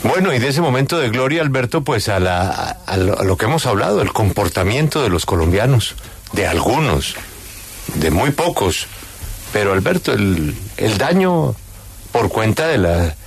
Bueno, y de ese momento de gloria, Alberto, pues a lo que hemos hablado, el comportamiento de los colombianos, de algunos, de muy pocos, pero Alberto, el daño por cuenta de la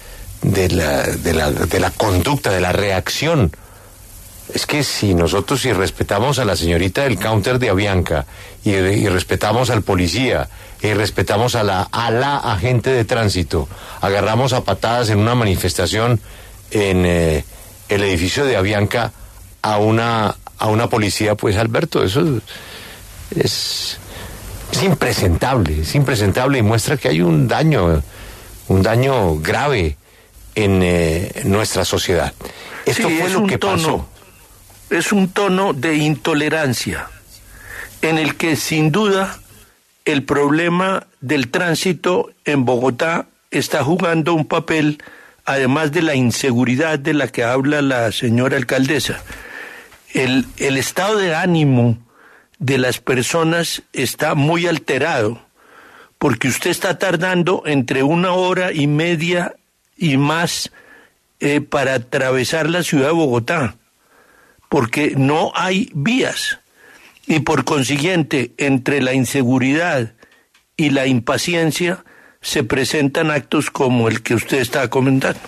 conducta, de la reacción. Es que si nosotros respetamos a la señorita del counter de Avianca, y respetamos al policía, y respetamos a la agente de tránsito, agarramos a patadas en una manifestación en el edificio de Avianca a una policía, pues Alberto, eso es impresentable y muestra que hay un daño grave en nuestra sociedad. Esto fue lo que pasó. Es un tono de intolerancia en el que sin duda el problema del tránsito en Bogotá está jugando un papel, además de la inseguridad de la que habla la señora alcaldesa. El estado de ánimo de las personas está muy alterado, porque usted está tardando entre 1 hora y media y más para atravesar la ciudad de Bogotá, porque no hay vías, y por consiguiente, entre la inseguridad y la impaciencia, se presentan actos como el que usted estaba comentando.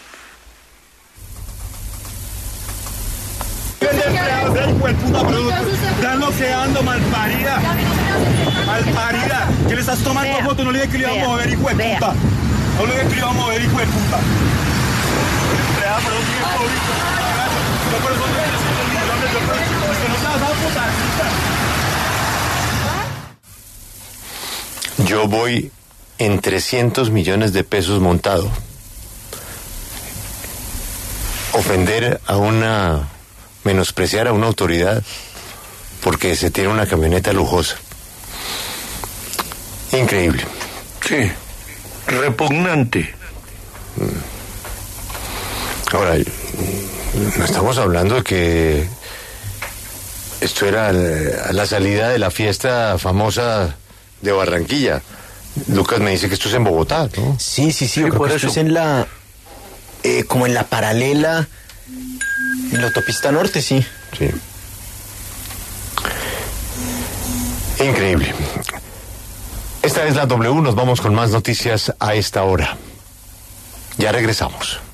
Están loqueando, malparida. Malparida. ¿Qué le estás tomando foto? No le dije que le iba a mover, hijo de puta. No le dije que le iba a mover, hijo de puta. Yo voy en 300 millones de pesos montado. Menospreciar a una autoridad porque se tiene una camioneta lujosa. Increíble. Sí, repugnante. Ahora, no estamos hablando de que esto era a la salida de la fiesta famosa de Barranquilla. Lucas me dice que esto es en Bogotá, ¿no? Sí, yo creo que esto es en la... como en la paralela, en la autopista norte, sí. Sí. Increíble. Esta es la W, nos vamos con más noticias a esta hora. Ya regresamos.